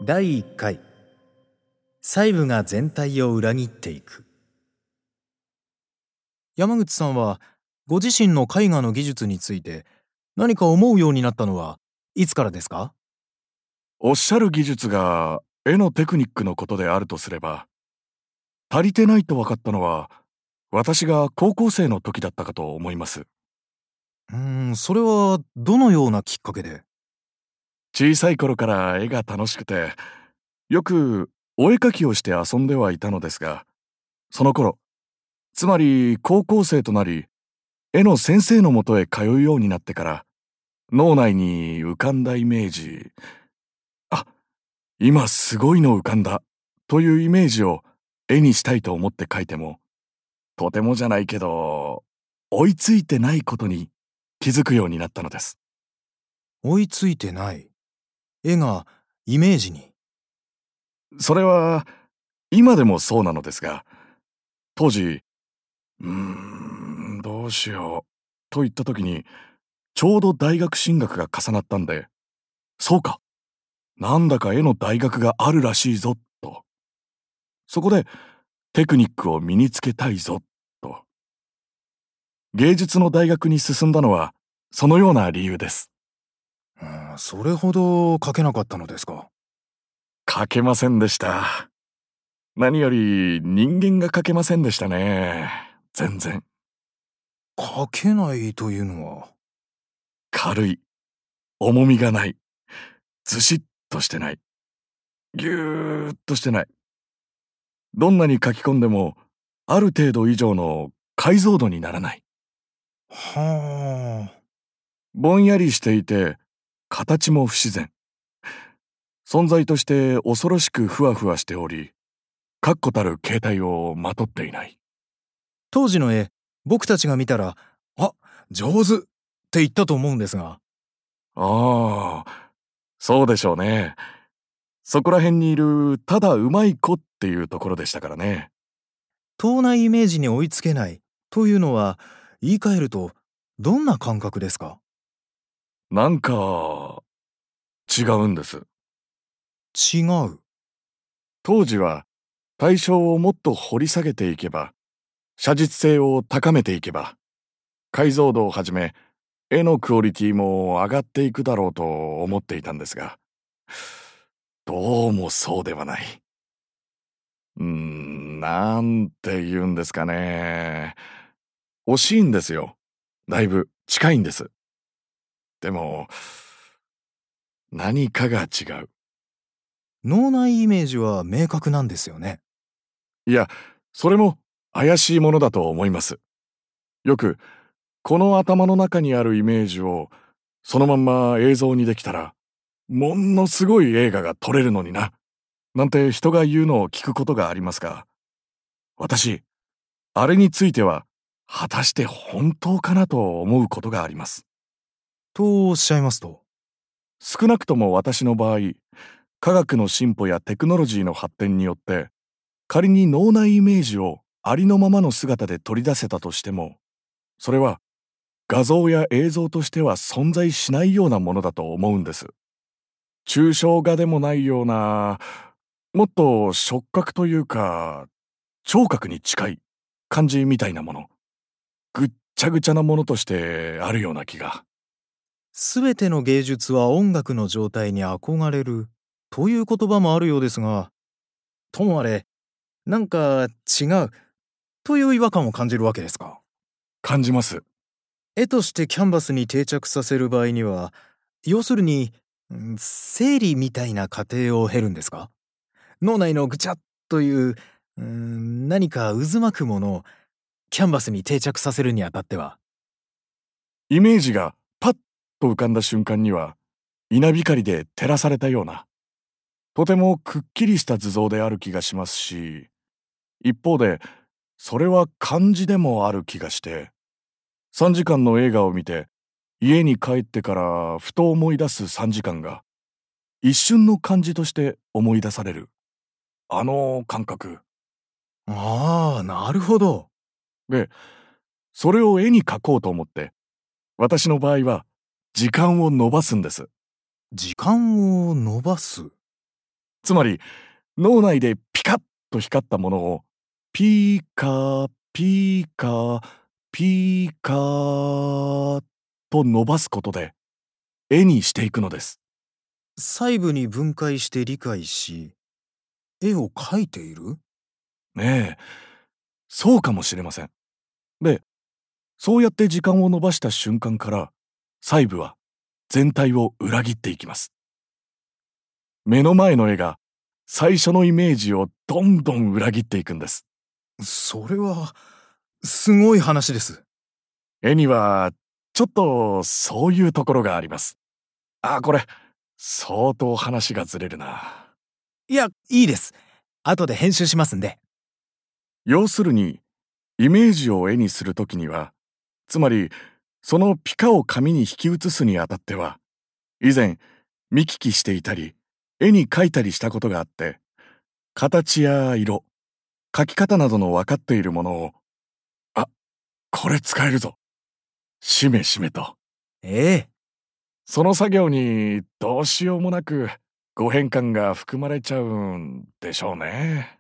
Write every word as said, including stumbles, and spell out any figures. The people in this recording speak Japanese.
だいいっかい細部が全体を裏切っていく。山口さんはご自身の絵画の技術について何か思うようになったのはいつからですか？ おっしゃる技術が絵のテクニックのことであるとすれば、足りてないと分かったのは私が高校生の時だったかと思います。 うーん、それはどのようなきっかけで？ 小さい頃から絵が楽しくて、よくお絵描きをして遊んではいたのですが、その頃、つまり高校生となり、絵の先生のもとへ通うようになってから、脳内に浮かんだイメージ、あ、今すごいの浮かんだ、というイメージを絵にしたいと思って描いても、とてもじゃないけど、追いついてないことに気づくようになったのです。 追いついてない。絵がイメージに。 それは、今でもそうなのですが、当時、うーん、どうしよう、と言った時に、ちょうど大学進学が重なったんで、そうか、なんだか絵の大学があるらしいぞ、と。そこで、テクニックを身につけたいぞ、と。芸術の大学に進んだのは、そのような理由です。 うーん、それほど描けなかったのですか？ 描けませんでした。何より人間が描けませんでしたね。全然。 描けないというのは？ 軽い。重みがない。ずしっとしてない。ぎゅーっとしてない。どんなに書き込んでも、ある程度以上の解像度にならない。 はあ。 ぼんやりしていて、形も不自然。存在として恐ろしくふわふわしており、確固たる形態をまとっていない。 当時の絵、僕たちが見たら、あ、上手って言ったと思うんですが。 ああ、そうでしょうね。そこら辺にいるただうまい子っていうところでしたからね。 脳内イメージに追いつけないというのは、言い換えるとどんな感覚ですか？ なんか、違うんです。 違う。 当時は対象をもっと掘り下げていけば、写実性を高めていけば、解像度をはじめ、絵のクオリティも上がっていくだろうと思っていたんですが、どうもそうではない。うーん、なんて言うんですかね。惜しいんですよ。だいぶ近いんです。でも、何かが違う。 脳内イメージは明確なんですよね。 いや、それも怪しいものだと思います。よく、この頭の中にあるイメージを、そのまんま映像にできたら、ものすごい映画が撮れるのにな、なんて人が言うのを聞くことがありますが、私、あれについては、果たして本当かなと思うことがあります。 とおっしゃいますと？ 少なくとも私の場合、科学の進歩やテクノロジーの発展によって、仮に脳内イメージをありのままの姿で取り出せたとしても、それは画像や映像としては存在しないようなものだと思うんです。抽象画でもないような、もっと触覚というか、聴覚に近い感じみたいなもの。ぐっちゃぐちゃなものとしてあるような気が。 すべての芸術は音楽の状態に憧れるという言葉もあるようですが、ともあれ、なんか違うという違和感を感じるわけですか？ 感じます。 絵としてキャンバスに定着させる場合には、要するに、ん整理みたいな過程を経るんですか？脳内のぐちゃっという、うーん、何か渦巻くものをキャンバスに定着させるにあたっては。 イメージがパッと浮かんだ瞬間には、稲光で照らされたような、とてもくっきりした図像である気がしますし、一方で、それは漢字でもある気がして、さんじかんの映画を見て、家に帰ってからふと思い出すさんじかんが、一瞬の漢字として思い出される。あの感覚。 ああ、なるほど。 で、それを絵に描こうと思って、私の場合は、時間を延ばすんです。 時間を延ばす。 つまり、脳内でピカッと光ったものを、ピーカー、ピーカー、ピーカーと伸ばすことで、絵にしていくのです。 細部に分解して理解し、絵を描いている？ ねえ、そうかもしれません。で、そうやって時間を延ばした瞬間から、細部は全体を裏切っていきます。目の前の絵が最初のイメージをどんどん裏切っていくんです。 それは、すごい話です。 絵にはちょっとそういうところがあります。あ、これ相当話がずれるな。 いや、いいです。後で編集しますんで。 要するに、イメージを絵にするときには、つまりそのピカを紙に引き写すにあたっては、以前見聞きしていたり絵に描いたりしたことがあって、形や色、描き方などの分かっているものを、あ、これ使えるぞ、しめしめと。 ええ。 その作業にどうしようもなく語変換が含まれちゃうんでしょうね。